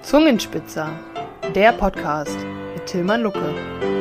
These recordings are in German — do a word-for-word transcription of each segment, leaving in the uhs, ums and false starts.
Zungenspitzer, der Podcast mit Tilman Lucke.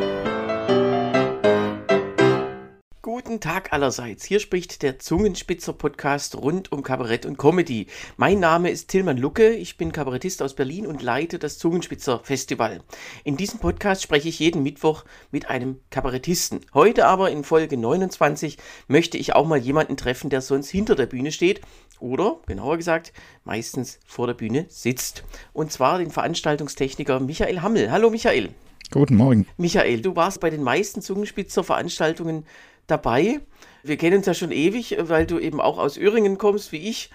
Guten Tag allerseits, hier spricht der Zungenspitzer-Podcast rund um Kabarett und Comedy. Mein Name ist Tilman Lucke, ich bin Kabarettist aus Berlin und leite das Zungenspitzer-Festival. In diesem Podcast spreche ich jeden Mittwoch mit einem Kabarettisten. Heute aber in Folge neunundzwanzig möchte ich auch mal jemanden treffen, der sonst hinter der Bühne steht oder, genauer gesagt, meistens vor der Bühne sitzt. Und zwar den Veranstaltungstechniker Michael Hammel. Hallo Michael. Guten Morgen. Michael, du warst bei den meisten Zungenspitzer-Veranstaltungen dabei. Wir kennen uns ja schon ewig, weil du eben auch aus Öhringen kommst, wie ich.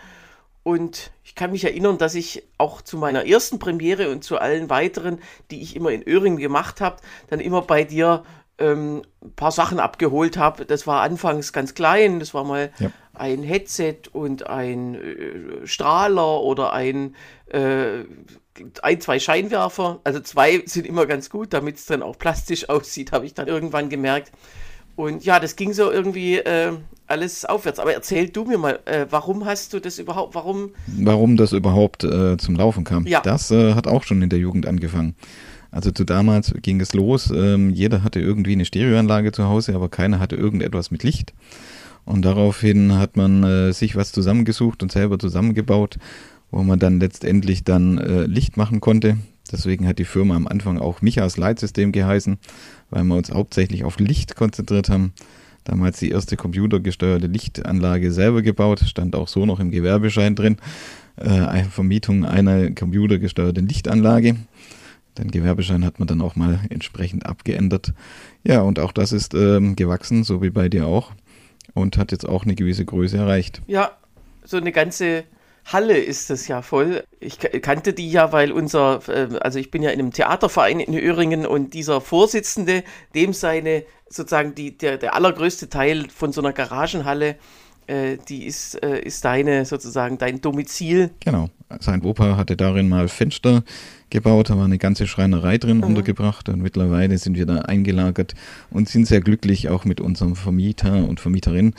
Und ich kann mich erinnern, dass ich auch zu meiner ersten Premiere und zu allen weiteren, die ich immer in Öhringen gemacht habe, dann immer bei dir ähm, ein paar Sachen abgeholt habe. Das war anfangs ganz klein, das war mal ja. ein Headset und ein äh, Strahler oder ein, äh, ein, zwei Scheinwerfer. Also zwei sind immer ganz gut, damit es dann auch plastisch aussieht, habe ich dann irgendwann gemerkt. Und ja, das ging so irgendwie äh, alles aufwärts. Aber erzähl du mir mal, äh, warum hast du das überhaupt, warum... Warum das überhaupt äh, zum Laufen kam? Ja. Das äh, hat auch schon in der Jugend angefangen. Also zu damals ging es los, ähm, jeder hatte irgendwie eine Stereoanlage zu Hause, aber keiner hatte irgendetwas mit Licht. Und daraufhin hat man äh, sich was zusammengesucht und selber zusammengebaut, wo man dann letztendlich dann äh, Licht machen konnte. Deswegen hat die Firma am Anfang auch Michas Leitsystem geheißen, weil wir uns hauptsächlich auf Licht konzentriert haben. Damals die erste computergesteuerte Lichtanlage selber gebaut, stand auch so noch im Gewerbeschein drin. Äh, eine Vermietung einer computergesteuerten Lichtanlage. Den Gewerbeschein hat man dann auch mal entsprechend abgeändert. Ja, und auch das ist ähm, gewachsen, so wie bei dir auch. Und hat jetzt auch eine gewisse Größe erreicht. Ja, so eine ganze Halle ist das ja voll. Ich kannte die ja, weil unser, also ich bin ja in einem Theaterverein in Öhringen und dieser Vorsitzende, dem seine, sozusagen die, der, der allergrößte Teil von so einer Garagenhalle, äh, die ist, äh, ist deine, sozusagen dein Domizil. Genau, sein Opa hatte darin mal Fenster gebaut, da war eine ganze Schreinerei drin mhm. untergebracht und mittlerweile sind wir da eingelagert und sind sehr glücklich auch mit unserem Vermieter und Vermieterin.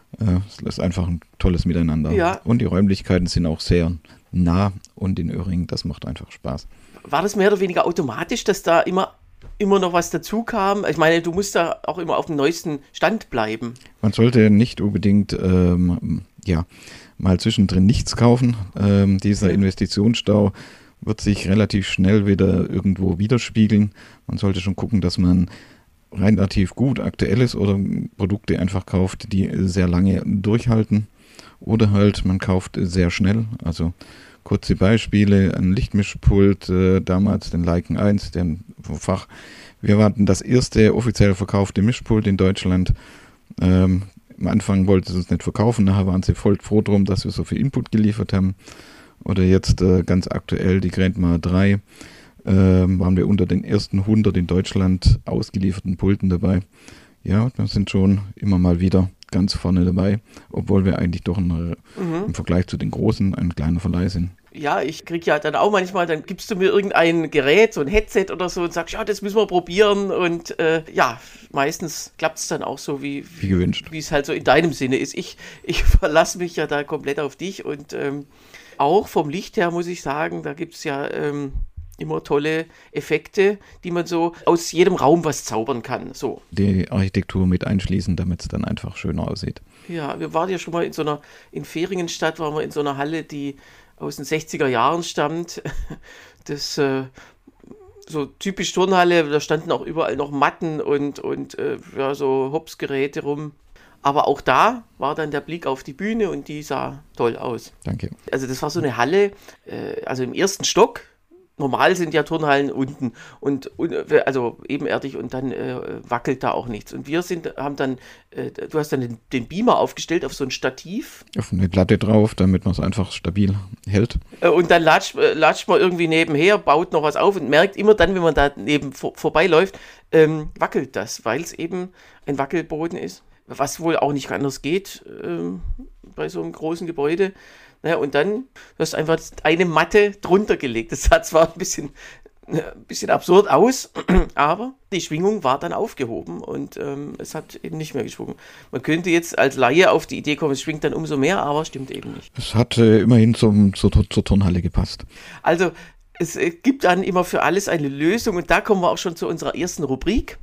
Es ist einfach ein tolles Miteinander. Ja. Und die Räumlichkeiten sind auch sehr nah und in Öhringen, das macht einfach Spaß. War das mehr oder weniger automatisch, dass da immer, immer noch was dazu kam? Ich meine, du musst da auch immer auf dem neuesten Stand bleiben. Man sollte nicht unbedingt ähm, ja, mal zwischendrin nichts kaufen. Ähm, dieser ja. Investitionsstau wird sich relativ schnell wieder irgendwo widerspiegeln. Man sollte schon gucken, dass man relativ gut aktuell ist oder Produkte einfach kauft, die sehr lange durchhalten oder halt man kauft sehr schnell, also kurze Beispiele, ein Lichtmischpult, äh, damals den Lycan eins, den vom Fach, wir hatten das erste offiziell verkaufte Mischpult in Deutschland, ähm, am Anfang wollten sie es nicht verkaufen, nachher waren sie voll froh drum, dass wir so viel Input geliefert haben oder jetzt äh, ganz aktuell die Grandma drei, Ähm, waren wir unter den ersten hundert in Deutschland ausgelieferten Pulten dabei. Ja, wir sind schon immer mal wieder ganz vorne dabei, obwohl wir eigentlich doch ein, mhm. im Vergleich zu den Großen ein kleiner Verleih sind. Ja, ich kriege ja dann auch manchmal, dann gibst du mir irgendein Gerät, so ein Headset oder so und sagst, ja, das müssen wir probieren und äh, ja, meistens klappt es dann auch so, wie, wie gewünscht, wie es halt so in deinem Sinne ist. Ich, ich verlasse mich ja da komplett auf dich und ähm, auch vom Licht her muss ich sagen, da gibt es ja ähm, immer tolle Effekte, die man so aus jedem Raum was zaubern kann. So. Die Architektur mit einschließen, damit es dann einfach schöner aussieht. Ja, wir waren ja schon mal in so einer, in Fehringenstadt waren wir in so einer Halle, die aus den sechziger Jahren stammt. Das äh, so typisch Turnhalle, da standen auch überall noch Matten und, und äh, ja, so Hopsgeräte rum. Aber auch da war dann der Blick auf die Bühne und die sah toll aus. Danke. Also das war so eine Halle, äh, also im ersten Stock. Normal sind ja Turnhallen unten und, und also ebenerdig und dann äh, wackelt da auch nichts. Und wir sind, haben dann, äh, du hast dann den, den Beamer aufgestellt auf so ein Stativ. Auf eine Platte drauf, damit man es einfach stabil hält. Äh, und dann latscht, äh, latscht man irgendwie nebenher, baut noch was auf und merkt immer dann, wenn man da neben vor, vorbeiläuft, ähm, wackelt das, weil es eben ein Wackelboden ist. Was wohl auch nicht anders geht äh, bei so einem großen Gebäude. Naja, und dann hast du einfach eine Matte drunter gelegt. Das sah zwar ein bisschen, ein bisschen absurd aus, aber die Schwingung war dann aufgehoben und ähm, es hat eben nicht mehr geschwungen. Man könnte jetzt als Laie auf die Idee kommen, es schwingt dann umso mehr, aber stimmt eben nicht. Es hat äh, immerhin zum, zur, zur Turnhalle gepasst. Also Es gibt dann immer für alles eine Lösung und da kommen wir auch schon zu unserer ersten Rubrik.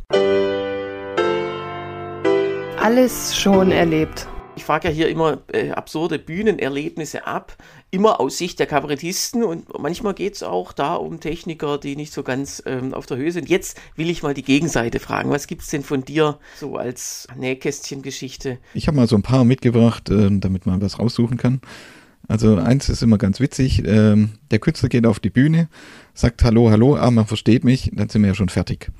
Alles schon erlebt. Ich frage ja hier immer äh, absurde Bühnenerlebnisse ab, immer aus Sicht der Kabarettisten und manchmal geht es auch da um Techniker, die nicht so ganz ähm, auf der Höhe sind. Jetzt will ich mal die Gegenseite fragen. Was gibt es denn von dir so als Nähkästchen-Geschichte? Ich habe mal so ein paar mitgebracht, äh, damit man was raussuchen kann. Also eins ist immer ganz witzig, ähm, der Künstler geht auf die Bühne, sagt Hallo, hallo, ah, man versteht mich, dann sind wir ja schon fertig.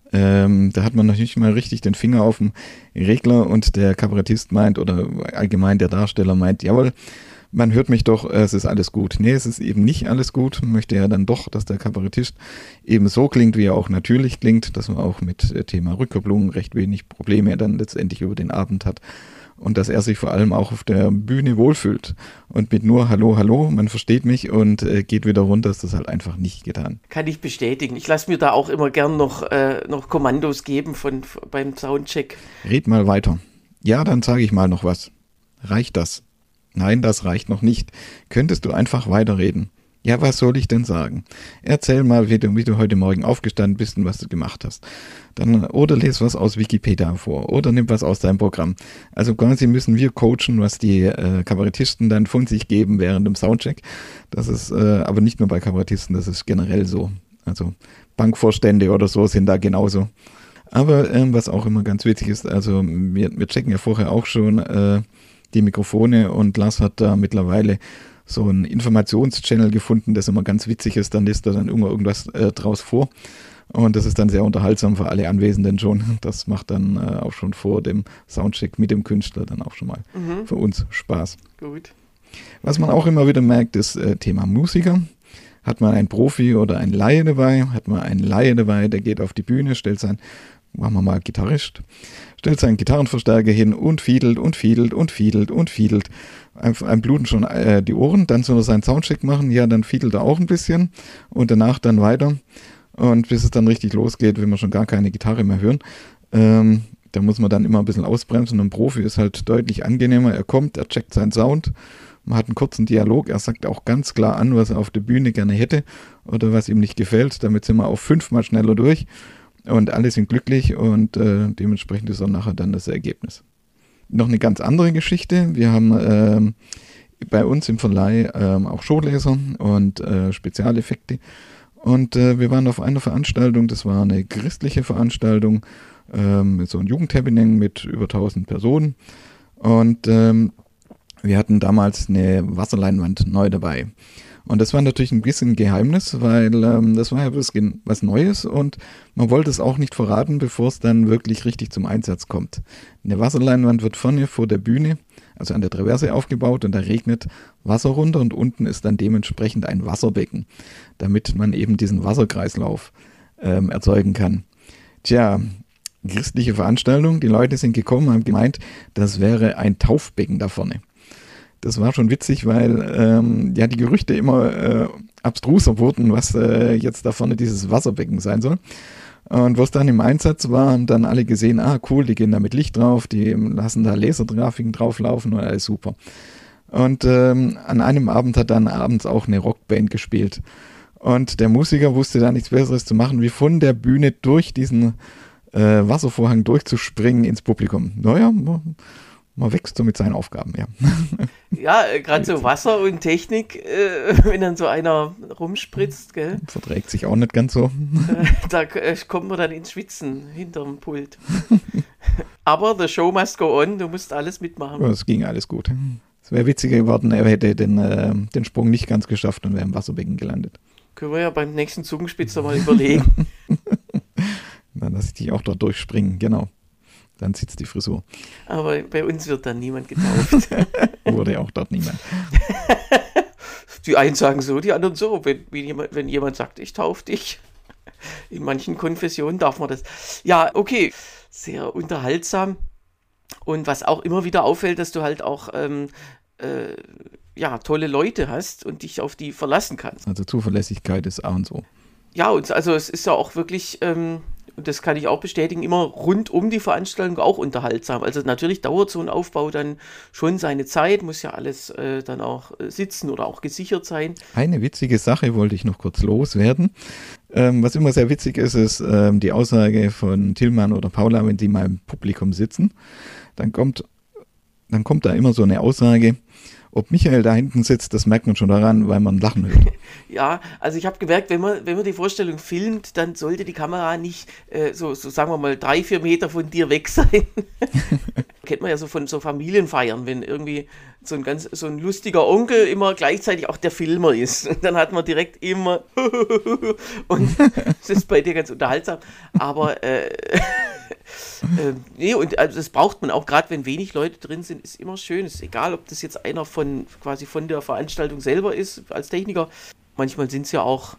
Ähm, da hat man noch nicht mal richtig den Finger auf dem Regler und der Kabarettist meint oder allgemein der Darsteller meint, jawohl, man hört mich doch, es ist alles gut. Nee, es ist eben nicht alles gut. Man möchte ja dann doch, dass der Kabarettist eben so klingt, wie er auch natürlich klingt, dass man auch mit Thema Rückkopplung recht wenig Probleme dann letztendlich über den Abend hat. Und dass er sich vor allem auch auf der Bühne wohlfühlt. Und mit nur Hallo, Hallo, man versteht mich und äh, geht wieder runter, ist das halt einfach nicht getan. Kann ich bestätigen. Ich lasse mir da auch immer gern noch, äh, noch Kommandos geben von, beim Soundcheck. Red mal weiter. Ja, dann sage ich mal noch was. Reicht das? Nein, das reicht noch nicht. Könntest du einfach weiterreden? Ja, was soll ich denn sagen? Erzähl mal, wie du, wie du heute Morgen aufgestanden bist und was du gemacht hast. Dann, oder les was aus Wikipedia vor. Oder nimm was aus deinem Programm. Also quasi müssen wir coachen, was die äh, Kabarettisten dann von sich geben während dem Soundcheck. Das ist äh, aber nicht nur bei Kabarettisten, das ist generell so. Also Bankvorstände oder so sind da genauso. Aber ähm, was auch immer ganz witzig ist, also wir, wir checken ja vorher auch schon äh, die Mikrofone und Lars hat da mittlerweile so einen Informationschannel gefunden, das immer ganz witzig ist, dann liest er dann immer irgendwas äh, draus vor und das ist dann sehr unterhaltsam für alle Anwesenden schon. Das macht dann äh, auch schon vor dem Soundcheck mit dem Künstler dann auch schon mal mhm. für uns Spaß. Gut. Was man auch immer wieder merkt, ist äh, Thema Musiker. Hat man einen Profi oder einen Laie dabei, hat man einen Laie dabei, der geht auf die Bühne, stellt sein, machen wir mal Gitarrist, stellt seinen Gitarrenverstärker hin und fiedelt und fiedelt und fiedelt und fiedelt. Einem bluten schon äh, die Ohren, dann soll er seinen Soundcheck machen, ja, dann fiedelt er auch ein bisschen und danach dann weiter. Und bis es dann richtig losgeht, will man schon gar keine Gitarre mehr hören. Ähm, da muss man dann immer ein bisschen ausbremsen. Ein Profi ist halt deutlich angenehmer. Er kommt, er checkt seinen Sound, man hat einen kurzen Dialog, er sagt auch ganz klar an, was er auf der Bühne gerne hätte oder was ihm nicht gefällt. Damit sind wir auch fünfmal schneller durch. Und alle sind glücklich und äh, dementsprechend ist auch nachher dann das Ergebnis. Noch eine ganz andere Geschichte. Wir haben ähm, bei uns im Verleih ähm, auch Showlaser und äh, Spezialeffekte. Und äh, wir waren auf einer Veranstaltung, das war eine christliche Veranstaltung, ähm, mit so einem Jugendhappening mit über tausend Personen. Und ähm, wir hatten damals eine Wasserleinwand neu dabei. Und das war natürlich ein bisschen ein Geheimnis, weil ähm, das war ja was, was Neues und man wollte es auch nicht verraten, bevor es dann wirklich richtig zum Einsatz kommt. Eine Wasserleinwand wird vorne vor der Bühne, also an der Traverse aufgebaut und da regnet Wasser runter und unten ist dann dementsprechend ein Wasserbecken, damit man eben diesen Wasserkreislauf ähm, erzeugen kann. Tja, christliche Veranstaltung, die Leute sind gekommen, haben gemeint, das wäre ein Taufbecken da vorne. Das war schon witzig, weil ähm, ja die Gerüchte immer äh, abstruser wurden, was äh, jetzt da vorne dieses Wasserbecken sein soll. Und was dann im Einsatz war, haben dann alle gesehen, ah cool, die gehen da mit Licht drauf, die lassen da Lasergrafiken drauflaufen und alles super. Und ähm, an einem Abend hat dann abends auch eine Rockband gespielt. Und der Musiker wusste da nichts Besseres zu machen, wie von der Bühne durch diesen äh, Wasservorhang durchzuspringen ins Publikum. Naja, man wächst so mit seinen Aufgaben, ja. Ja, äh, gerade so Wasser und Technik, äh, wenn dann so einer rumspritzt, gell? Verträgt sich auch nicht ganz so. Äh, da äh, kommt man dann ins Schwitzen hinterm Pult. Aber the show must go on, du musst alles mitmachen. Ja, es ging alles gut. Es wäre witziger geworden, er hätte den, äh, den Sprung nicht ganz geschafft und wäre im Wasserbecken gelandet. Können wir ja beim nächsten Zungenspitzer mal überlegen. Dann lasse ich dich auch dort durchspringen, genau. Dann sitzt die Frisur. Aber bei uns wird dann niemand getauft. Wurde auch dort niemand. Die einen sagen so, die anderen so. Wenn, wenn, jemand, wenn jemand sagt, ich taufe dich. In manchen Konfessionen darf man das. Ja, okay. Sehr unterhaltsam. Und was auch immer wieder auffällt, dass du halt auch ähm, äh, ja, tolle Leute hast und dich auf die verlassen kannst. Also Zuverlässigkeit ist A und O. Ja, und also es ist ja auch wirklich... Ähm, und das kann ich auch bestätigen, immer rund um die Veranstaltung auch unterhaltsam. Also natürlich dauert so ein Aufbau dann schon seine Zeit, muss ja alles äh, dann auch äh, sitzen oder auch gesichert sein. Eine witzige Sache wollte ich noch kurz loswerden. Ähm, was immer sehr witzig ist, ist ähm, die Aussage von Tillmann oder Paula, wenn die mal im Publikum sitzen, dann kommt, dann kommt da immer so eine Aussage, ob Michael da hinten sitzt, das merkt man schon daran, weil man Lachen hört. Ja, also ich habe gemerkt, wenn man, wenn man die Vorstellung filmt, dann sollte die Kamera nicht äh, so, so, sagen wir mal, drei, vier Meter von dir weg sein. Kennt man ja so von so Familienfeiern, wenn irgendwie so ein ganz so ein lustiger Onkel immer gleichzeitig auch der Filmer ist. Und dann hat man direkt immer und das ist bei dir ganz unterhaltsam. Aber äh, äh, nee, und also das braucht man auch, gerade wenn wenig Leute drin sind, ist immer schön. Ist egal, ob das jetzt einer von quasi von der Veranstaltung selber ist, als Techniker. Manchmal sind es ja auch,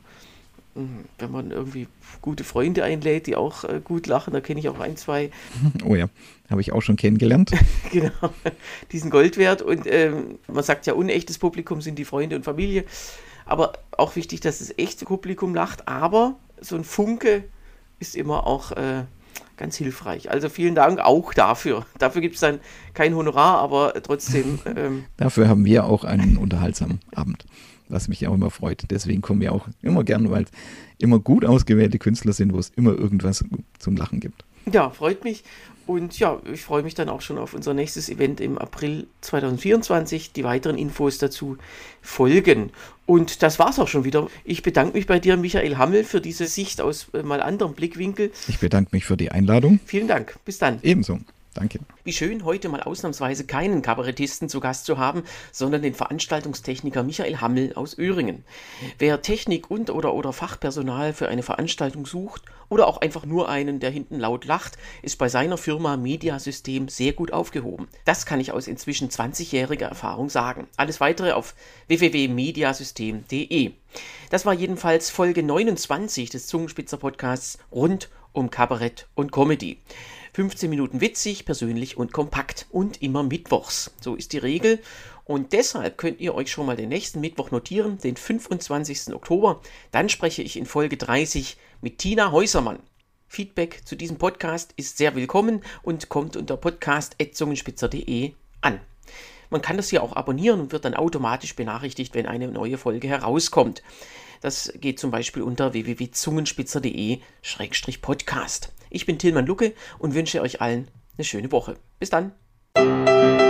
wenn man irgendwie gute Freunde einlädt, die auch äh, gut lachen, da kenne ich auch ein, zwei. Oh ja, habe ich auch schon kennengelernt. Genau, die sind Gold wert und ähm, man sagt ja, unechtes Publikum sind die Freunde und Familie, aber auch wichtig, dass das echte Publikum lacht, aber so ein Funke ist immer auch äh, ganz hilfreich. Also vielen Dank auch dafür. Dafür gibt es dann kein Honorar, aber trotzdem. Ähm, dafür haben wir auch einen unterhaltsamen Abend, was mich auch immer freut. Deswegen kommen wir auch immer gern, weil es immer gut ausgewählte Künstler sind, wo es immer irgendwas zum Lachen gibt. Ja, freut mich. Und ja, ich freue mich dann auch schon auf unser nächstes Event im April zwanzig vierundzwanzig. Die weiteren Infos dazu folgen. Und das war's auch schon wieder. Ich bedanke mich bei dir, Michael Hammel, für diese Sicht aus äh, mal anderem Blickwinkel. Ich bedanke mich für die Einladung. Vielen Dank. Bis dann. Ebenso. Danke. Wie schön, heute mal ausnahmsweise keinen Kabarettisten zu Gast zu haben, sondern den Veranstaltungstechniker Michael Hammel aus Öhringen. Wer Technik und oder oder Fachpersonal für eine Veranstaltung sucht oder auch einfach nur einen, der hinten laut lacht, ist bei seiner Firma Mediasystem sehr gut aufgehoben. Das kann ich aus inzwischen zwanzigjähriger Erfahrung sagen. Alles weitere auf w w w punkt mediasystem punkt d e. Das war jedenfalls Folge neunundzwanzig des Zungenspitzer-Podcasts rund um Kabarett und Comedy. fünfzehn Minuten witzig, persönlich und kompakt und immer mittwochs. So ist die Regel und deshalb könnt ihr euch schon mal den nächsten Mittwoch notieren, den fünfundzwanzigsten Oktober. Dann spreche ich in Folge dreißig mit Tina Häusermann. Feedback zu diesem Podcast ist sehr willkommen und kommt unter podcast at zungenspitzer punkt d e an. Man kann das hier auch abonnieren und wird dann automatisch benachrichtigt, wenn eine neue Folge herauskommt. Das geht zum Beispiel unter w w w punkt zungenspitzer punkt d e slash podcast. Ich bin Tillmann Lucke und wünsche euch allen eine schöne Woche. Bis dann.